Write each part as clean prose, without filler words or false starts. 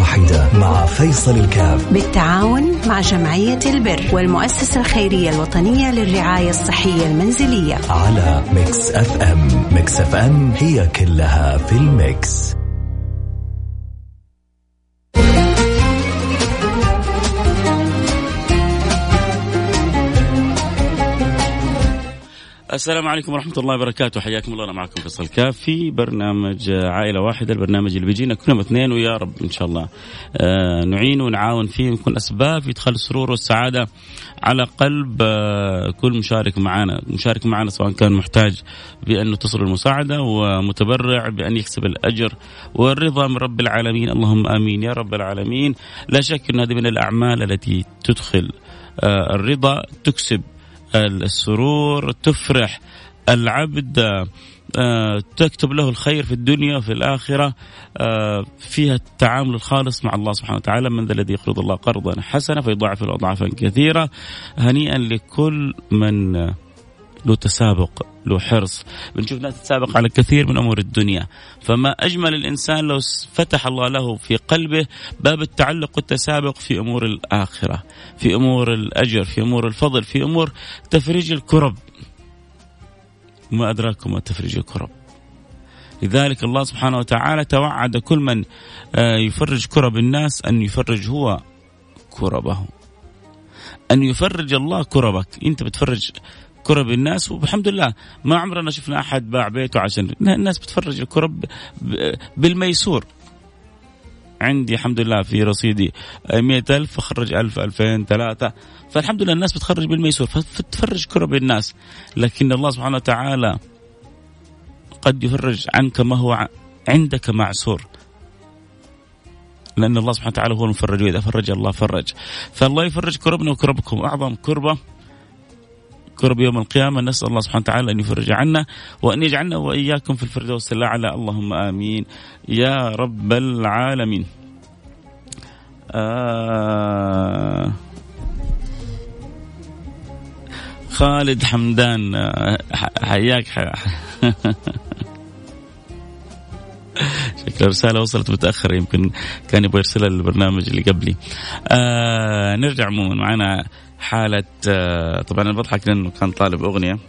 واحدة مع فيصل الكاف بالتعاون مع جمعية البر والمؤسسة الخيرية الوطنية للرعاية الصحية المنزلية على ميكس اف ام. ميكس اف ام هي كلها في الميكس. السلام عليكم ورحمة الله وبركاته. حياكم الله. أنا معكم فيصل الكاف في برنامج عائلة واحدة، البرنامج اللي بيجينا كل يوم اثنين، ويا رب إن شاء الله نعين ونعاون فيه ونكون أسباب في إدخال السرور والسعادة على قلب كل مشارك معنا سواء كان محتاج بأنه تصل المساعدة، ومتبرع بأن يكسب الأجر والرضا من رب العالمين. اللهم آمين يا رب العالمين. لا شك أن هذه من الأعمال التي تدخل الرضا، تكسب السرور، تفرح العبد، تكتب له الخير في الدنيا وفي الآخرة، فيها التعامل الخالص مع الله سبحانه وتعالى. من ذا الذي يقرض الله قرضا حسنا فيضاعف له أضعافا كثيرة. هنيئا لكل من له تسابق، له حرص. بنشوف ناس تتسابق على كثير من أمور الدنيا، فما أجمل الإنسان لو فتح الله له في قلبه باب التعلق والتسابق في أمور الآخرة، في أمور الأجر، في أمور الفضل، في أمور تفريج الكرب. ما أدراكم ما تفريج الكرب. لذلك الله سبحانه وتعالى توعد كل من يفرج كرب الناس أن يفرج هو كربه، أن يفرج الله كربك. أنت بتفرج كرب الناس، وبحمد لله ما عمرنا شفنا أحد باع بيته عشان الناس بتفرج الكرب بالميسور. عندي الحمد لله في رصيدي 100,000 فخرج 1000 2000 3، فالحمد لله الناس بتخرج بالميسور فتفرج كرب الناس. لكن الله سبحانه وتعالى قد يفرج عنك ما هو عندك معسور، لأن الله سبحانه وتعالى هو المفرج، وإذا فرج الله فرج. فالله يفرج كربنا وكربكم. أعظم كربة كرب يوم القيامة، نسأل الله سبحانه وتعالى أن يفرج عنا وأن يجعلنا وإياكم في الفردوس الأعلى. اللهم آمين يا رب العالمين. خالد حمدان حياك. شكل رسالة وصلت متأخر، يمكن كان يبغى يرسلها للبرنامج اللي قبلي. نرجع عموما معنا حالة. طبعا أنا بضحك لأنه كان طالب أغنية،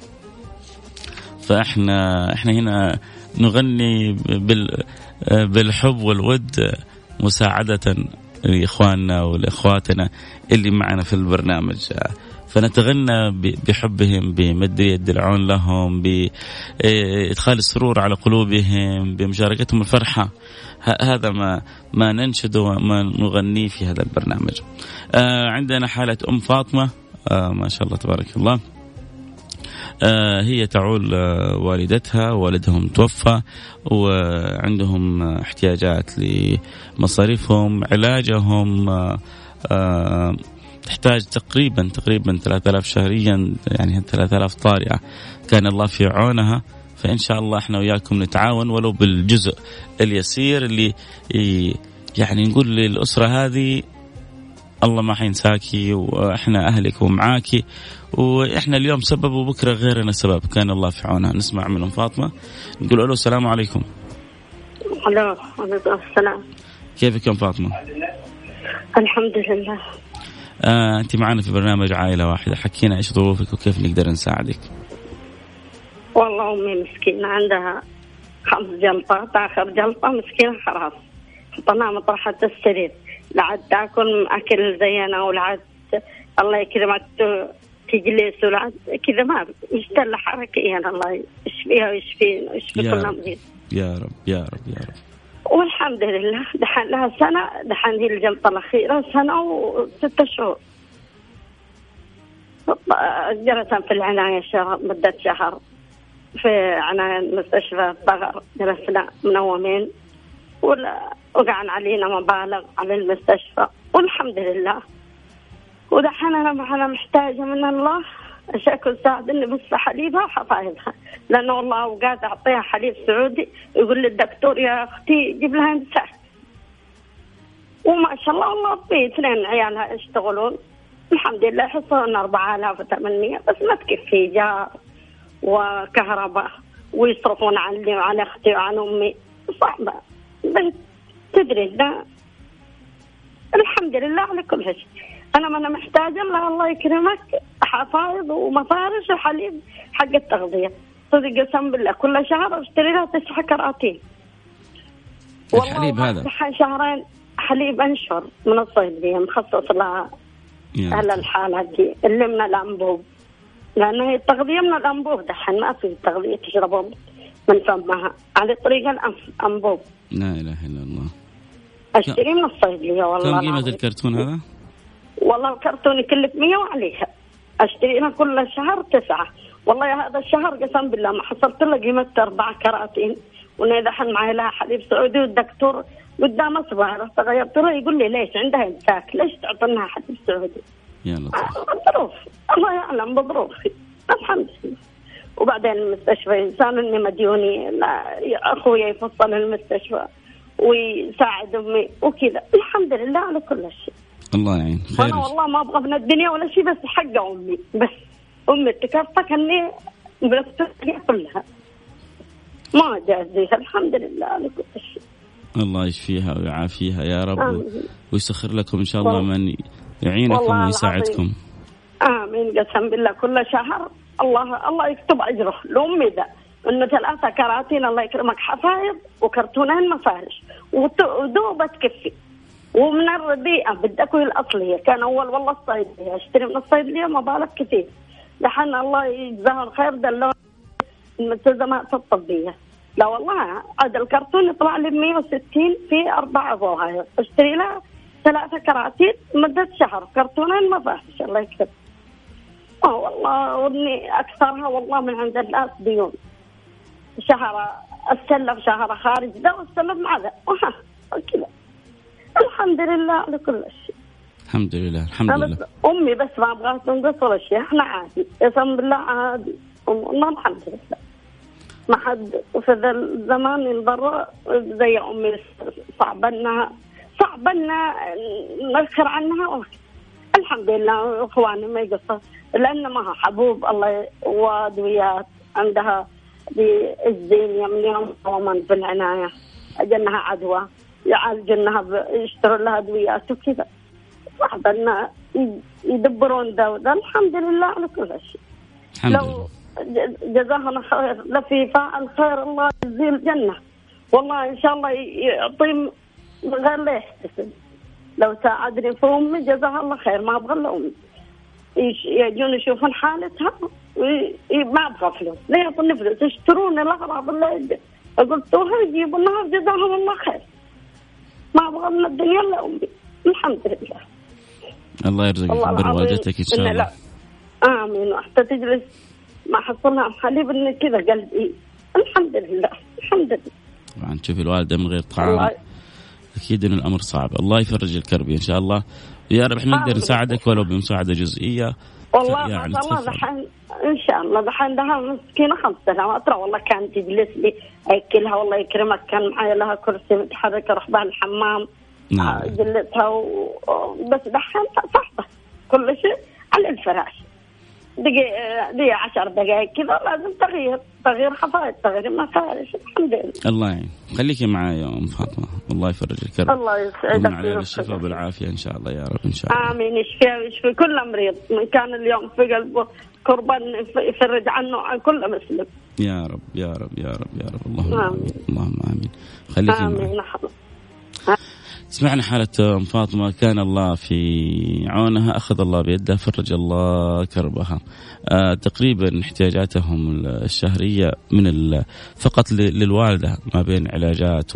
فإحنا هنا نغني بالحب والود مساعدة لإخواننا ولإخواتنا اللي معنا في البرنامج، فنتغنى بحبهم، بمد يد العون لهم، بإدخال السرور على قلوبهم، بمشاركتهم الفرحة. هذا ما ننشد وما نغنيه في هذا البرنامج. عندنا حالة أم فاطمة، ما شاء الله تبارك الله. هي تعول والدتها، والدهم توفى وعندهم احتياجات لمصاريفهم، علاجهم تحتاج تقريبا 3000 شهريا، يعني 3000 طارئة. كان الله في عونها، فإن شاء الله احنا وياكم نتعاون ولو بالجزء اليسير اللي يعني نقول للأسرة هذه الله ما حينساكي، وإحنا أهلك ومعاكي، وإحنا اليوم سبب وبكرة غيرنا سبب. كان الله في عونها. نسمع من أم فاطمة. نقول ألو السلام عليكم. ألو السلام. كيفك أم فاطمة؟ الحمد لله. أنت معنا في برنامج عائلة واحدة، حكينا إيش ظروفك وكيف نقدر نساعدك. والله أمي مسكينة عندها 5 جلطات، آخر جلطة مسكينة خلاص حطناها مطرحة السرير، لعد تاكل أكل زينا، ولعد الله يكرمك تجلس، ولعد كذا ما مشتلة حركيا. الله يشفيها ويشفينا ويشفي كل مريض يا رب يا رب يا رب. والحمد لله دحين لها سنة، دحين هي الجلطة الأخيرة 1 سنة و6 شهور. جلسنا في العناية مدة شهر في عناية مستشفى الضغر، جلسنا منومين وقعن علينا مبالغ على المستشفى، والحمد لله. ودحين أنا محتاجة من الله أشكر ساعدني بس حليبها وحفايضها، لأنه والله أوقات أعطيها حليب سعودي يقول لي الدكتور يا أختي جيب لها نساء، وما شاء الله والله في 2 عيالها يشتغلون الحمد لله، يحصلون 4800 بس ما تكفي جار وكهرباء، ويصرفون عني وعن أختي وعن أمي. صعبة بس تدري ده الحمد لله على كل شيء. أنا ما أنا محتاجة لها الله يكرمك حفايض ومفارش وحليب حق التغذية. صدق قسم بالله كل شهر أشتري لها 9 كراتين. الحليب هذا شهرين حليب أنشر من الصيدلية مخصص لها على الحالة دي اللي من الأنبوب، لأنه هي التغذية من الأنبوب دحين ما في تغذية تشربهم من فمها على طريق الأنبوب. لا إله إلا الله. أشتري من الصيدلية والله. كم قيمة الكرتون هذا؟ والله الكرتون يكلف 100 وعليها. أشتريها كل شهر 9. والله هذا الشهر قسم بالله ما حصلت له قيمة 4 كراتين. ونذحن معي لها حليب سعودي والدكتور قدام أصبع غيرت له يقول لي ليش عندها إمساك ليش تعطينها حليب سعودي؟ يا الله. ظروف الله يعلم بظروفي الحمد لله. وبعدين المستشفى إنسان إني مديوني أخويا يفصل المستشفى ويساعد أمي وكذا الحمد لله على كل شيء. الله يعين. خير. أنا والله ما أبغى من الدنيا ولا شيء بس حق أمي بس. أمي تكفك إني بنفتح كلها ما جازيها الحمد لله على كل شيء. الله يشفيها ويعافيها يا رب ويسخر لكم إن شاء الله من يعينكم ويساعدكم. آمين قسم بالله. كل شهر الله يكتب أجره لأمي ذا إنه 3 كراتين الله يكرمك حفايض وكرتونين مفارش ودوبة تكفي. ومن الرديئة بالدكوي الأصلية كان أول والله الصيدلية أشتري من الصيدلية مبالغ كثير. لحن الله يجزاها الخير دلوا الملتزمات الطبية. لا والله عاد الكرتون يطلع لي 160 في 4 ظواهر. اشتري لها 3 كراتين مدة شهر كرتونين مفارش الله يكتب. والله وابني أكثرها والله من عند الناس ديون. شهر السلف شهر خارج ده والسلف مع ذا كذا الحمد لله على كل شيء. الحمد لله الحمد لله. أمي بس ما أبغى تنقص ولا شيء احنا عادي قسم بالله عادي والله الحمد لله. ما حد في ذا الزمان ينضر زي أمي. صعب لنا نذكر عنها الحمد لله. إخواني ما يقصر لأن ما حبوب الله وادويات عندها بالزين يوم يوما في العناية أجنها عدوى يعالجنها يشتروا لها أدويات وكذا. صعب أن يدبرون ده الحمد لله على كل شيء. لو جزاهم خير لفي فاعل خير الله يجزيه الجنة والله إن شاء الله يعطيهم غير لا يحتسب. لو ساعدني في أمي جزاها الله خير ما أبغى إلا أمي. يجون يشوفون حالتها ما أبغى فلوس لا يعطوني فلوس يشترون الأغراض اللي قلتوها يجيبوا لها جزاهم الله خير. ما أبغى من الدنيا إلا أمي الحمد لله. الله يرزقك بر والدتك إن شاء الله. آمين. وحتى تجلس ما حصلها حليب إن كذا قلبي الحمد لله الحمد لله. طبعا تشوفي الوالدة من غير طعام أكيد إن الأمر صعب. الله يفرج الكرب إن شاء الله يا رب. إحنا نقدر نساعدك ولو بمساعدة جزئية والله يعني الله دحين إن شاء الله. دحين لها مسكينة 5 سنوات ترى والله كانت تجلس لي أكلها والله يكرمك كان معي لها كرسي متحرك أروح بها الحمام جلسها بس دحين صعبة كل شيء على الفراش دقيقة 10 دقائق كذا لازم تغيير حفايض تغيير مفارش الحمد لله. الله يعين. خليكي معايا يا أم فاطمة. الله يفرج الكرب. الله يسعدك على الشفاء بالعافية إن شاء الله يا رب إن شاء الله. آمين. يشفي كل مريض من كان اليوم في قلبه قربان يفرج عنه عن كل مسلم يا رب يا رب يا رب يا رب. اللهم آمين اللهم آمين. خليكي معايا. سمعنا حالة أم فاطمة كان الله في عونها أخذ الله بيدها فرج الله كربها. تقريبا احتياجاتهم الشهرية من فقط للوالدة ما بين علاجات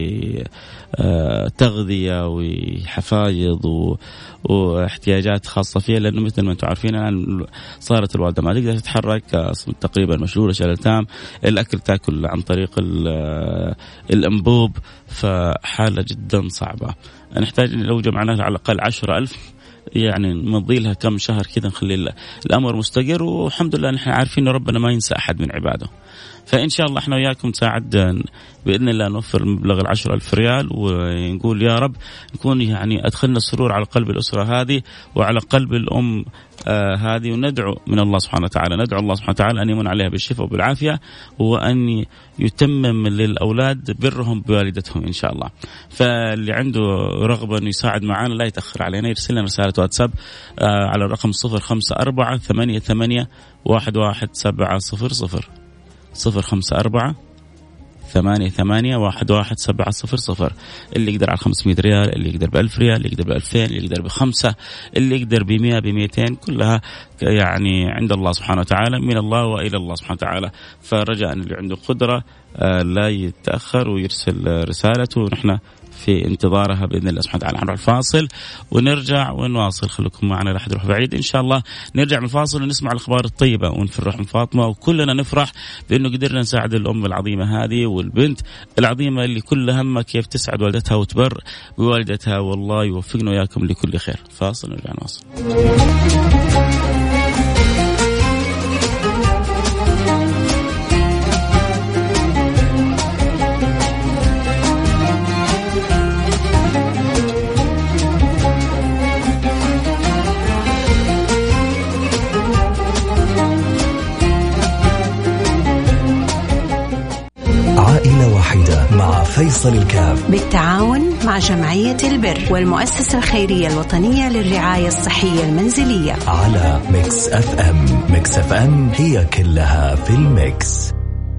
وتغذية وحفايض واحتياجات خاصة فيها لأنه مثل ما أنتم عارفين الآن صارت الوالدة ما تقدر تتحرك تقريبا مشلولة شلل تام. الأكل تأكل عن طريق الأنبوب فحالة جدا صعبة. نحتاج لو جمعناها على الأقل 10,000 يعني نمضي لها كم شهر كذا نخلي الأمر مستقر. والحمد لله نحن عارفين أن ربنا ما ينسى أحد من عباده فإن شاء الله احنا وياكم نساعد بإذن الله نوفر مبلغ 10,000 ريال، ونقول يا رب نكون يعني أدخلنا السرور على قلب الأسرة هذه وعلى قلب الأم هذه، وندعو من الله سبحانه وتعالى، ندعو الله سبحانه وتعالى أن يمن عليها بالشفاء وبالعافية، وأن يتمم للأولاد برهم بوالدتهم إن شاء الله. فاللي عنده رغبة أن يساعد معنا لا يتأخر علينا، يرسل لنا رسالة واتساب على الرقم 054-88-11700 054-88-11700. اللي يقدر على 500 ريال، اللي يقدر ب1000 ريال، اللي يقدر ب2000، اللي يقدر ب5، اللي يقدر ب100 ب200، كلها يعني عند الله سبحانه وتعالى، من الله وإلى الله سبحانه وتعالى. فرجاء اللي عنده قدرة لا يتأخر ويرسل رسالته، ونحن في انتظارها بإذن الله سبحانه وتعالى. نروح الفاصل ونرجع ونواصل، خليكم معنا لا أحد يروح بعيد إن شاء الله. نرجع من الفاصل ونسمع الأخبار الطيبة ونفرح من فاطمة، وكلنا نفرح بأنه قدرنا نساعد الأم العظيمة هذه والبنت العظيمة اللي كل همها كيف تسعد والدتها وتبر بوالدتها، والله يوفقنا وياكم لكل خير. فاصل ونرجع نواصل. مع فيصل الكاف بالتعاون مع جمعية البر والمؤسسة الخيرية الوطنية للرعاية الصحية المنزلية على ميكس اف ام. ميكس اف ام هي كلها في الميكس.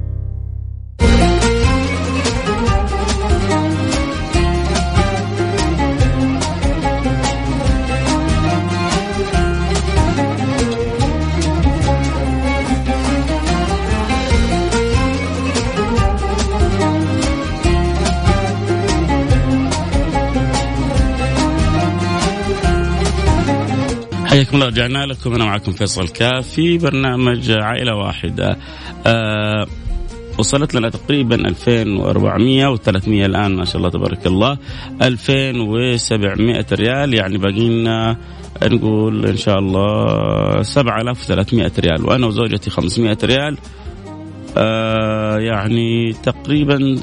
حياكم الله، رجعنا لكم. أنا معكم فيصل كاف في برنامج عائلة واحدة. وصلت لنا تقريبا 2400 و300 الآن ما شاء الله تبارك الله، 2700 ريال، يعني باقينا نقول إن شاء الله 7300 ريال، وأنا وزوجتي 500 ريال، يعني تقريبا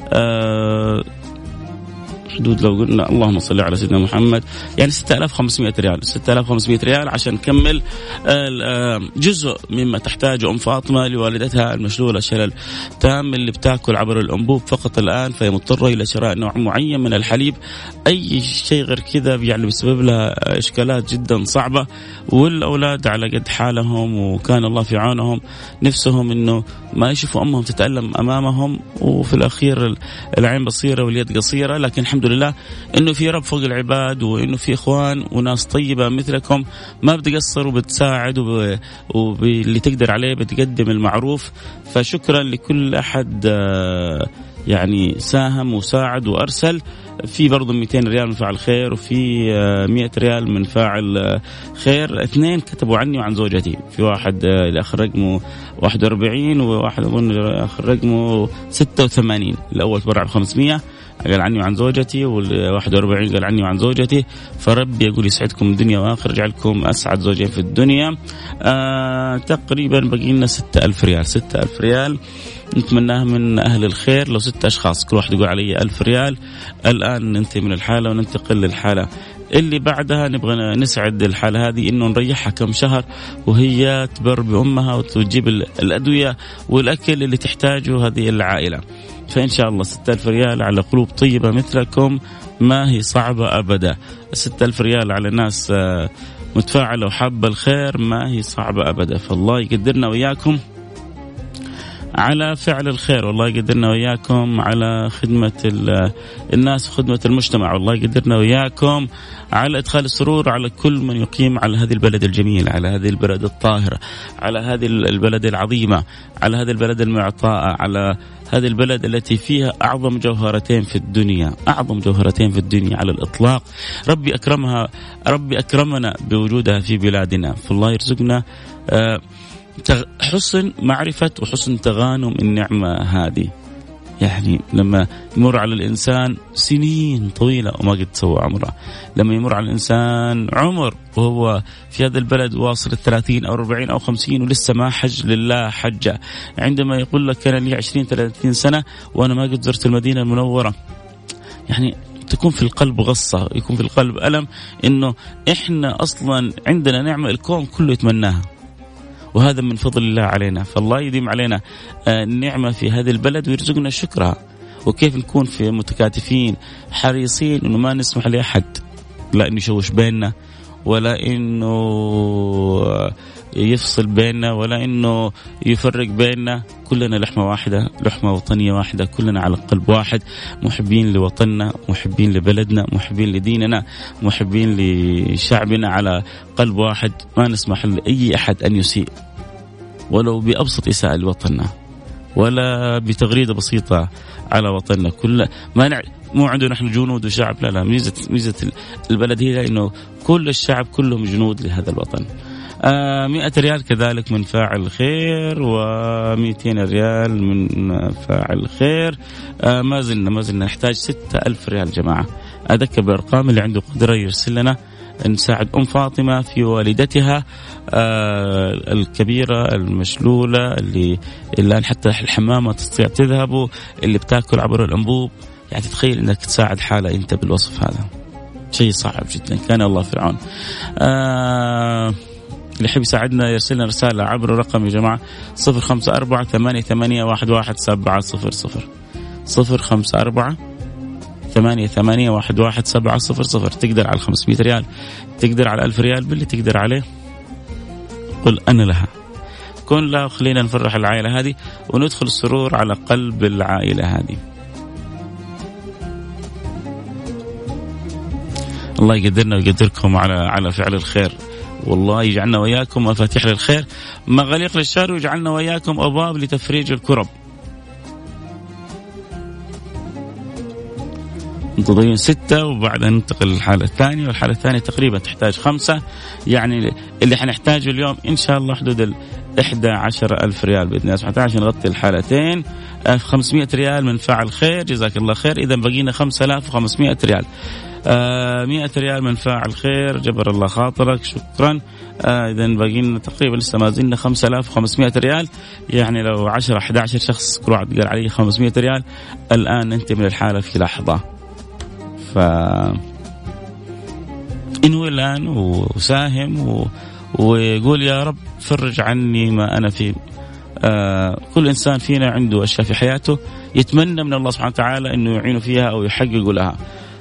حدود لو قلنا اللهم صل على سيدنا محمد يعني 6500 ريال. 6500 ريال عشان نكمل جزء مما تحتاجه أم فاطمة لوالدتها المشلولة شلل تام اللي بتاكل عبر الأنبوب فقط الآن، فهي مضطرة إلى شراء نوع معين من الحليب. أي شيء غير كذا يعني بسبب لها إشكالات جدا صعبة، والأولاد على قد حالهم وكان الله في عونهم، نفسهم إنه ما يشوفوا أمهم تتألم أمامهم، وفي الأخير العين بصيرة واليد قصيرة. لكن الحمد لله إنه في رب فوق العباد، وإنه في إخوان وناس طيبة مثلكم ما بتقصر وبتساعد واللي تقدر عليه بتقدم المعروف. فشكرا لكل أحد يعني ساهم وساعد وأرسل. في برضو 200 ريال من فاعل خير، وفي 100 ريال من فاعل خير. 2 كتبوا عني وعن زوجتي، في واحد الآخر رقمه 41 وواحد أظن الآخر رقمه 86. الأول تبرع ب500 قال عني وعن زوجتي، وال41 قال عني وعن زوجتي. فربي يقول يسعدكم الدنيا وآخر، يجعلكم أسعد زوجين في الدنيا. تقريبا بقي لنا 6000 ريال. 6000 ريال نتمناها من أهل الخير. لو 6 أشخاص كل واحد يقول علي 1000 ريال، الآن ننتهي من الحالة وننتقل للحالة اللي بعدها. نبغى نسعد الحالة هذه إنه نريحها كم شهر وهي تبر بأمها وتجيب الأدوية والأكل اللي تحتاجه هذه العائلة. فإن شاء الله 6000 ريال على قلوب طيبة مثلكم ما هي صعبة أبدا. 6000 ريال على ناس متفاعلة وحابة الخير ما هي صعبة أبدا. فالله يقدرنا وياكم على فعل الخير، والله يقدرنا وياكم على خدمة الناس وخدمة المجتمع، والله يقدرنا وياكم على إدخال السرور على كل من يقيم على هذه البلد الجميل، على هذه البلد الطاهرة، على هذه البلد العظيمة، على هذه البلد المعطاءة، على هذه البلد التي فيها أعظم جوهرتين في الدنيا، أعظم جوهرتين في الدنيا على الإطلاق. ربي أكرمها، ربي أكرمنا بوجودها في بلادنا. فالله يرزقنا حسن معرفة وحسن تغانم النعمة هذه. يعني لما يمر على الإنسان سنين طويلة وما قد سوى عمره، لما يمر على الإنسان عمر وهو في هذا البلد واصل 30 أو 40 أو 50 ولسه ما حج لله حجة، عندما يقول لك كان لي 20-30 سنة وأنا ما قد زرت المدينة المنورة، يعني تكون في القلب غصة، يكون في القلب ألم إنه إحنا أصلا عندنا نعمة الكون كله يتمناها، وهذا من فضل الله علينا. فالله يديم علينا النعمة في هذه البلد ويرزقنا شكرها. وكيف نكون في متكاتفين حريصين إنه ما نسمح لأحد لا إنه يشوش بيننا، ولا إنه يفصل بيننا، ولا إنه يفرق بيننا. كلنا لحمة واحدة، لحمة وطنية واحدة، كلنا على قلب واحد، محبين لوطننا، محبين لبلدنا، محبين لديننا، محبين لشعبنا، على قلب واحد. ما نسمح لأي أحد أن يسيء ولو بأبسط إساءة لوطننا، ولا بتغريدة بسيطة على وطننا. كل ما مو عندنا نحن جنود وشعب، لا لا، ميزة البلد هي إنه كل الشعب كلهم جنود لهذا الوطن. 100 ريال كذلك من فاعل خير، و200 ريال من فاعل خير. ما زلنا نحتاج 6000 ريال جماعة. أذكر بالأرقام اللي عنده قدرة يرسل لنا، نساعد فاطمة في والدتها الكبيرة المشلولة اللي الآن حتى الحمام ما تستطيع تذهب، اللي بتاكل عبر الأنبوب. يعني تتخيل أنك تساعد حالة أنت بالوصف هذا، شيء صعب جدا، كان الله في العون. اللي يحب يساعدنا يرسلنا رسالة عبر رقم يا جماعة 0548811700 0548811700. تقدر على 500 ريال، تقدر على 1000 ريال، باللي تقدر عليه قل أنا لها، كن لا. خلينا نفرح العائلة هذه وندخل السرور على قلب العائلة هذه. الله يقدرنا ويقدركم على فعل الخير، والله يجعلنا وياكم مفاتيح للخير، مغاليق للشر، ويجعلنا وياكم أبواب لتفريج الكرب. منتظرين 6 وبعدها ننتقل للحالة الثانية، والحالة الثانية تقريبا تحتاج 5. يعني اللي حنحتاجه اليوم إن شاء الله حدود 11,000 ريال بإذن الله سبحانه وتعالى عشان نغطي الحالتين. 500 ريال من فاعل خير، جزاك الله خير. إذا بقينا 5500 ريال. 100 ريال من فاعل خير، جبر الله خاطرك، شكرا. إذا باقينا تقريبا لسه ما زلنا 5500 ريال. يعني لو 10-11 شخص كل واحد قال عليه 500 ريال، الآن ننتهي من الحالة في لحظة. إنوي الآن وساهم ويقول يا رب فرج عني ما أنا فيه. كل إنسان فينا عنده أشياء في حياته يتمنى من الله سبحانه وتعالى إنه يعينه فيها أو يحقق لها.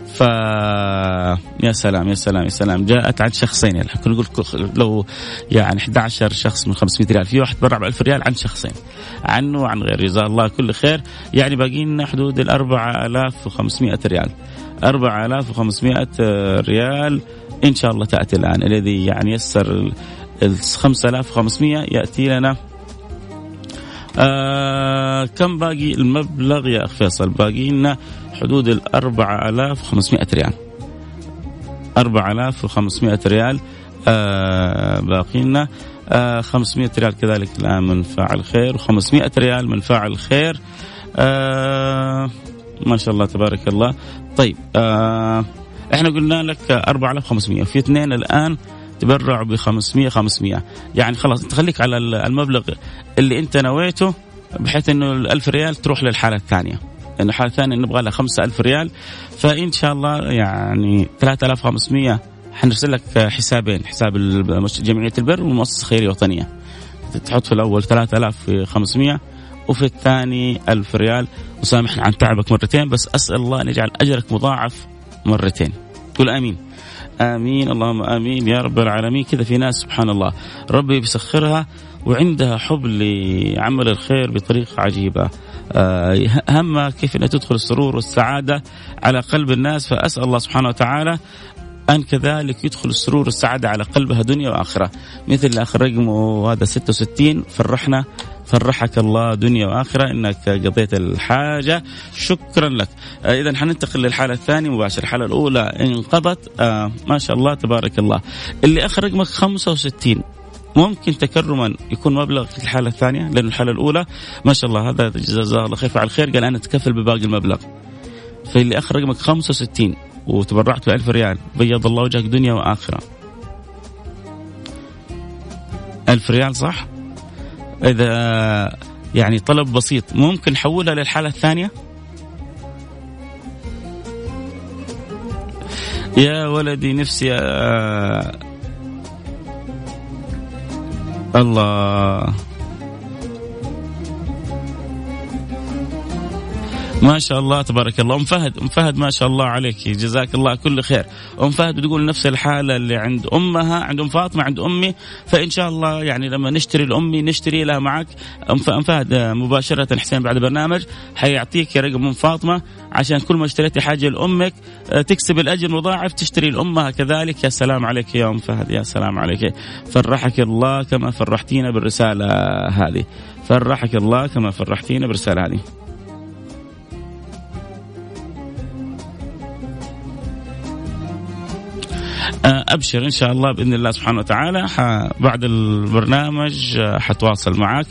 يا سلام يا سلام يا سلام، جاءت عن شخصين. يعني كنا نقول لو يعني 11 شخص من 500 ريال، في واحد برع ب1000 ريال عن شخصين، عنه وعن غير، جزاه الله كل خير. يعني باقي لنا حدود 4500 ريال. 4500 ريال إن شاء الله تأتي الآن. الذي يعني يسر 5500 يأتي لنا. كم باقي المبلغ يا أخ فيصل؟ باقي لنا حدود 4500 ريال. 4500 ريال باقي لنا. 500 ريال كذلك الآن من فاعل خير، و500 ريال من فاعل خير. ما شاء الله تبارك الله. طيب احنا قلنا لك 4500، في 2 الآن تبرعوا ب500. يعني خلاص انت خليك على المبلغ اللي انت نويته، بحيث انه 1000 ريال تروح للحالة الثانية، لأن الحالة الثانية نبغى لها 5000 ريال. فإن شاء الله يعني 3500 حنرسل لك حسابين، حساب جمعية البر والمؤسسة الخيرية الوطنية. تحط في الأول 3500 وفي الثاني 1000 ريال. وسامحنا عن تعبك مرتين، بس أسأل الله أن يجعل أجرك مضاعف مرتين. قل آمين آمين، اللهم آمين يا رب العالمين. كذا في ناس سبحان الله ربي بيسخرها وعندها حب لعمل الخير بطريقة عجيبة، همها كيف أن تدخل السرور والسعادة على قلب الناس. فأسأل الله سبحانه وتعالى أن كذلك يدخل السرور والسعادة على قلبها دنيا وآخرة. مثل آخر رقم وهذا 66، فرحك الله دنيا وآخرة إنك قضيت الحاجة، شكرا لك. إذا حننتقل للحالة الثانية مباشرة. الحالة الأولى انقضت، ما شاء الله تبارك الله. اللي آخر رقمك 65 ممكن تكرما يكون مبلغ في الحالة الثانية، لأن الحالة الأولى ما شاء الله هذا جزاه الله خير فعل خير قال أنا أتكفل بباقي المبلغ. فاللي آخر رقمك 65 وتبرعت ب1000 ريال بيض الله وجهك دنيا وآخرة. 1000 ريال صح؟ إذا يعني طلب بسيط ممكن نحولها للحالة الثانية. يا ولدي نفسي الله ما شاء الله تبارك الله. أم فهد ما شاء الله عليك جزاك الله كل خير. أم فهد بتقول نفس الحالة اللي عند أمها عند أم فاطمة عند أمي، فإن شاء الله يعني لما نشتري لأمي نشتري لها معك. أم فهد مباشرة حسين بعد برنامج حيعطيك يا رقم أم فاطمة عشان كل ما اشتريتي حاجة لأمك تكسب الأجر مضاعف تشتري لأمها كذلك. يا سلام عليك يا أم فهد، يا سلام عليك، فرحك الله كما فرحتينا بالرسالة هذه، فرحك الله كما فرحتينا بالرسالة هذه. أبشر إن شاء الله بإذن الله سبحانه وتعالى بعد البرنامج حتواصل معك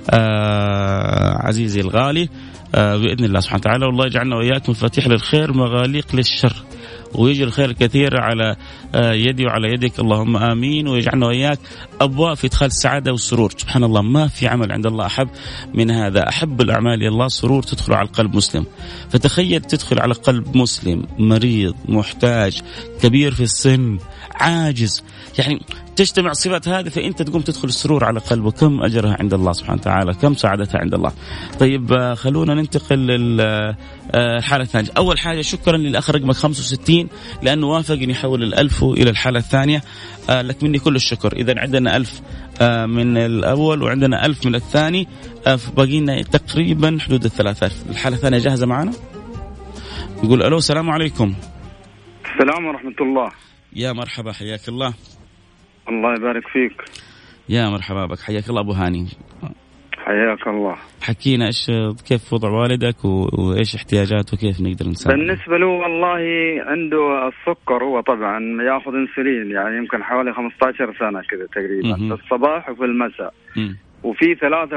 عزيزي الغالي بإذن الله سبحانه وتعالى. والله يجعلنا وإياك مفاتيح للخير مغاليق للشر، ويجي الخير الكثير على يدي وعلى يدك اللهم آمين. ويجعلنا وإياك أبواب في إدخال السعادة والسرور. سبحان الله ما في عمل عند الله أحب من هذا. أحب الأعمال إلى الله سرور تدخل على قلب مسلم. فتخيل تدخل على قلب مسلم مريض محتاج كبير في السن عاجز، يعني تجتمع الصفات هذه فأنت تقوم تدخل السرور على قلبه. كم أجرها عند الله سبحانه وتعالى، كم سعادتها عند الله. طيب خلونا ننتقل للحالة الثانية. أول حاجة شكرا للأخ رقمك 65 لأنه وافق أن يحول 1000 إلى الحالة الثانية، لك مني كل الشكر. إذا عندنا 1000 من الأول وعندنا 1000 من الثاني، باقينا تقريبا حدود 3000. الحالة الثانية جاهزة معنا؟ يقول ألو السلام عليكم. السلام ورحمة الله. يا مرحبا حياك الله. الله يبارك فيك. يا مرحبا بك حياك الله أبو هاني. حياك الله. حكينا إيش كيف وضع والدك وإيش احتياجاته وكيف نقدر نساعده. بالنسبة له والله عنده السكر، هو طبعا ياخذ انسولين يعني يمكن حوالي 15 سنة كذا تقريبا في الصباح وفي المساء. وفي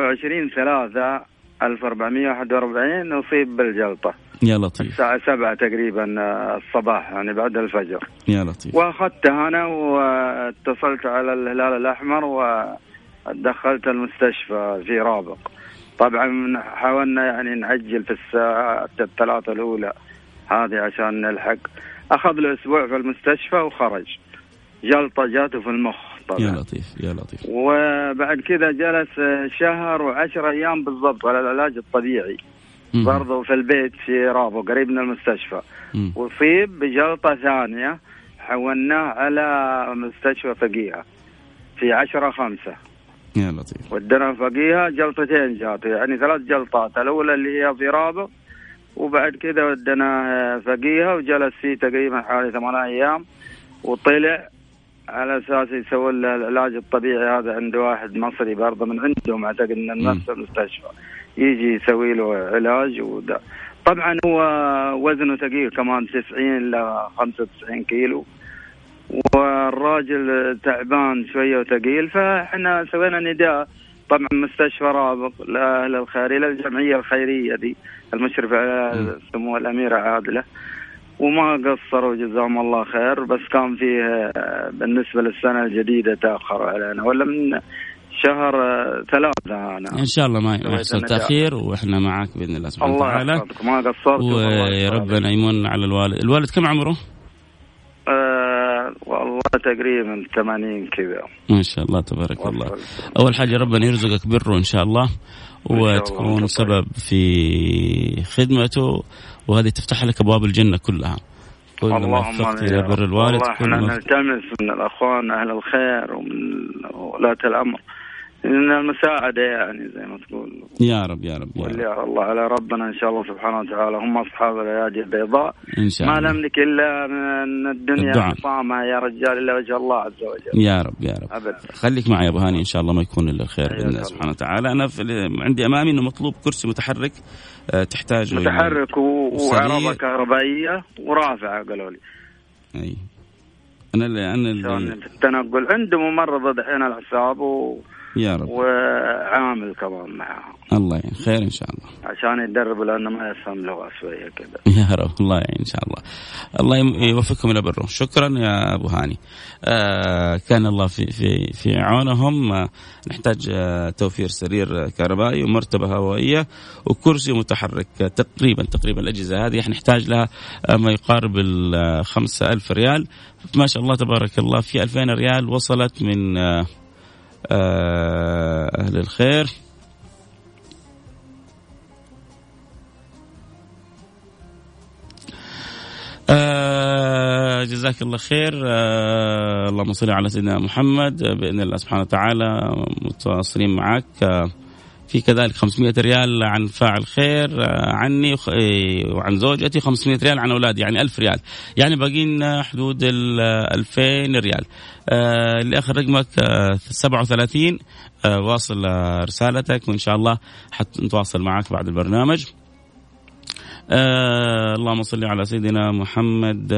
23/3/1441 أصيب بالجلطة. يا لطيف. الساعة 7 تقريبا الصباح يعني بعد الفجر. يا لطيف. واخذته أنا واتصلت على الهلال الأحمر ودخلت المستشفى في رابق. طبعا حاولنا يعني نعجل في الساعة 3 الأولى هذه عشان نلحق. أخذ له أسبوع في المستشفى وخرج جلطة جاته في المخ طبعا. يا لطيف يا لطيف. وبعد كذا جلس 1 شهر و10 أيام بالضبط على العلاج الطبيعي برضو في البيت في رابو قريب من المستشفى. وصيب بجلطة ثانية حولناه على مستشفى فقيهة في 10/5. يا لطيف. ودنا فقيهة جلطتين جاته يعني 3 جلطات. الأولى اللي هي في رابو وبعد كذا ودنا فقيهة وجلس فيه تقريبا حوالي 8 أيام وطلع على أساس يسوي له العلاج الطبيعي. هذا عنده واحد مصري برضه من عندهم أعتقد إن نفس المستشفى يجي يسوي له علاج. وده طبعا هو وزنه ثقيل كمان 90 إلى 95 كيلو والراجل تعبان شوية وثقيل. فإحنا سوينا نداء طبعا مستشفى رابط لأهل الخيرية للجمعية الخيرية دي المشرفة على سمو الأميرة عادلة وما قصروا جزاهم الله خير. بس كان فيه بالنسبة للسنة الجديدة تأخروا علينا ولا من شهر 3 أنا إن شاء الله ما يحصل تأخير وإحنا معك بإذن الله سبحانه وتعالى. ما قصرت وربنا يمن على الوالد. الوالد كم عمره؟ والله تقريبا 80 كذا. ما شاء الله تبارك الله. أول حاجة ربنا يرزقك بره إن شاء الله وتكون سبب في خدمته وهذه تفتح لك أبواب الجنة كلها. اللهم آمين. بر الوالد. والله احنا نلتمس من الأخوان أهل الخير ومن ولاة الأمر إن المساعدة يعني زي ما تقول. يا رب يا رب يا رب. يا الله على ربنا إن شاء الله سبحانه وتعالى. هم أصحاب الأيادي البيضاء إن شاء الله. ما نملك إلا من الدنيا حطامة يا رجال إلا وجه الله عز وجل. يا رب يا رب أبدا. خليك معي يا أبو هاني إن شاء الله ما يكون إلا الخير بإذن الله سبحانه وتعالى. أنا عندي أمامي إنه مطلوب كرسي متحرك تحتاجه متحرك وعربة كهربائية ورافعة قالوا لي. أي عشان في التنقل عنده ممرضة دحين على حسابه يا رب، وعامل كمان معها. الله يعين، خير إن شاء الله، عشان يدرب لأنه ما يفهم لغة شوية كذا. يا رب الله يعين إن شاء الله. الله يوفقكم إلى بره. شكرا يا أبو هاني. كان الله في عونهم. نحتاج توفير سرير كهربائي ومرتبة هوائية وكرسي متحرك. تقريبا الأجهزة هذه نحتاج لها ما يقارب 5,000 ريال. ما شاء الله تبارك الله في 2,000 ريال وصلت من أهل الخير. جزاك الله خير. اللهم صل على سيدنا محمد. بإذن الله سبحانه وتعالى متواصلين معك. في كذلك 500 ريال عن فاعل خير عني وعن زوجتي، 500 ريال عن أولادي، يعني 1000 ريال، يعني باقينا حدود 2000 ريال. اللي آخر رقمك 37. واصل رسالتك وإن شاء الله حنتواصل معك بعد البرنامج. اللهم صل على سيدنا محمد.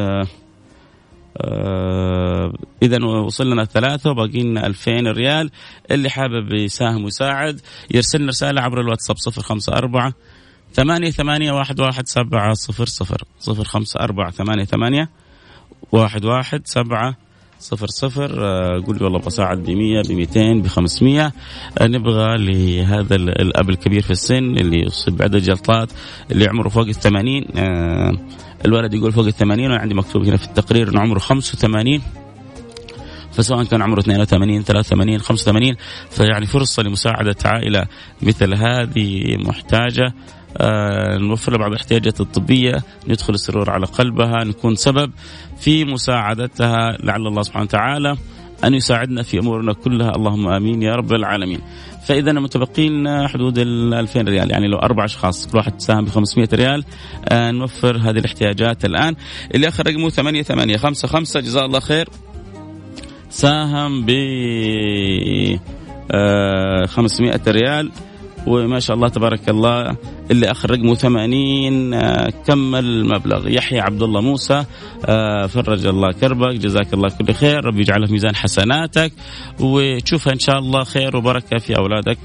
إذا وصلنا 3 وباقينا 2000 ريال. اللي حابب يساهم ويساعد يرسلنا رسالة عبر الواتساب 054 88 11700 054 88 11700. قول لي والله بساعد ب100 ب200 ب500. نبغى لهذا الأب الكبير في السن اللي يصيب بعدة جلطات، اللي عمره فوق 80. الولد يقول فوق 80 وأنا عندي مكتوب هنا في التقرير أنه عمره 85. فسواء كان عمره 82 83 85 فيعني فرصة لمساعدة عائلة مثل هذه محتاجة. نوفر له بعض الاحتياجات الطبية، ندخل السرور على قلبها، نكون سبب في مساعدتها. لعل الله سبحانه وتعالى أن يساعدنا في أمورنا كلها، اللهم آمين يا رب العالمين. فإذا متبقين حدود 2000 ريال، يعني لو 4 أشخاص كل واحد ساهم ب500 ريال نوفر هذه الاحتياجات الآن. اللي آخر رقمه 8855 جزاه الله خير، ساهم ب 500 ريال وما شاء الله تبارك الله. اللي آخر رقمه 80 كمل المبلغ. يحيى عبد الله موسى، فرج الله كربك، جزاك الله كل خير، ربي يجعله في ميزان حسناتك وتشوفها إن شاء الله خير وبركة في أولادك.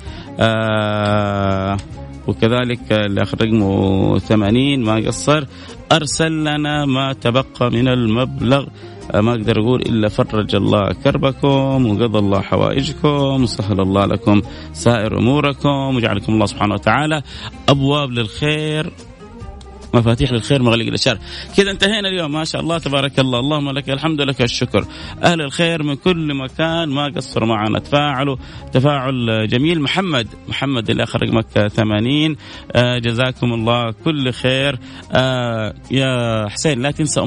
وكذلك اللي آخر رقمه 80 ما قصر، أرسل لنا ما تبقى من المبلغ. ما أقدر أقول إلا فرج الله كربكم وقضى الله حوائجكم وسهل الله لكم سائر أموركم وجعلكم الله سبحانه وتعالى أبواب للخير، مفاتيح للخير، مغاليق للشر. كذا انتهينا اليوم ما شاء الله تبارك الله. اللهم لك الحمد لك الشكر. أهل الخير من كل مكان ما قصروا معنا، تفاعلوا تفاعل جميل. محمد اللي آخر رقمك 80 جزاكم الله كل خير. يا حسين لا تنسى أم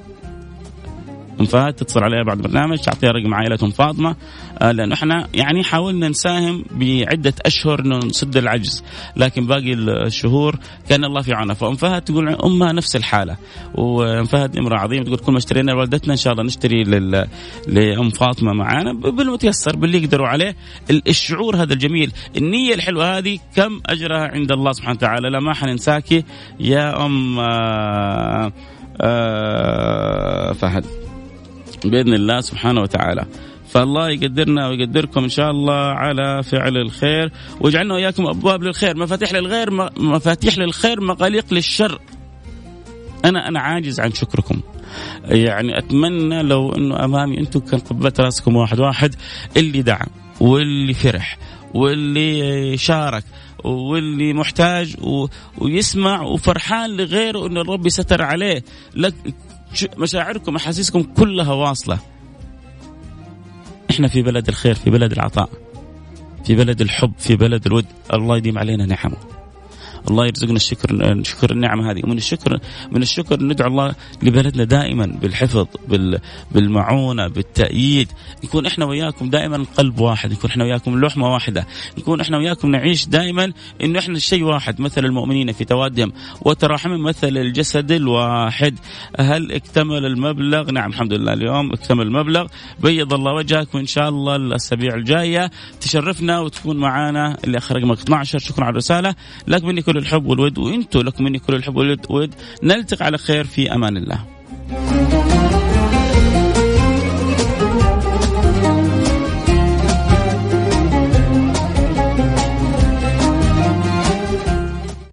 فهد تتصل عليها بعد البرنامج، تعطيها رقم عائلة فاطمة، لأنه احنا يعني حاولنا نساهم بعدة أشهر إنه نسد العجز، لكن باقي الشهور كان الله في عونها. فأم فهد تقول أمها نفس الحالة، وأم فهد امرأة عظيمة تقول كل ما اشترينا لوالدتنا إن شاء الله نشتري لأم فاطمة معانا بالمتيسر باللي يقدروا عليه. الشعور هذا الجميل، النية الحلوة هذه كم أجرها عند الله سبحانه وتعالى. لا ما حننساكي يا أم فهد بإذن الله سبحانه وتعالى. فالله يقدرنا ويقدركم إن شاء الله على فعل الخير، ويجعلنا وإياكم أبواب للخير، مفاتيح للخير مغاليق للشر. أنا عاجز عن شكركم، يعني أتمنى لو أنه أمامي أنتم كان قبلت رأسكم واحد اللي دعم واللي فرح واللي شارك واللي محتاج ويسمع وفرحان لغيره أن الرب ستر عليه. لك مشاعركم أحاسيسكم كلها واصلة. إحنا في بلد الخير، في بلد العطاء، في بلد الحب، في بلد الود. الله يديم علينا نعمه، الله يرزقنا الشكر النعمة هذه. من الشكر ندعو الله لبلدنا دائما بالحفظ، بالمعونة، بالتأييد. نكون احنا وياكم دائما قلب واحد، نكون احنا وياكم لحمة واحدة، نكون احنا وياكم نعيش دائما انه احنا الشيء واحد، مثل المؤمنين في توادهم وتراحمهم مثل الجسد الواحد. هل اكتمل المبلغ؟ نعم الحمد لله اليوم اكتمل المبلغ. بيض الله وجهك، وان شاء الله الاسابيع الجاية تشرفنا وتكون معانا. اللي اخر رقمك 12 شكرا على الرسالة. لك مني كل الحب والود، وانتم لكم مني كل الحب والود. نلتقي على خير في امان الله.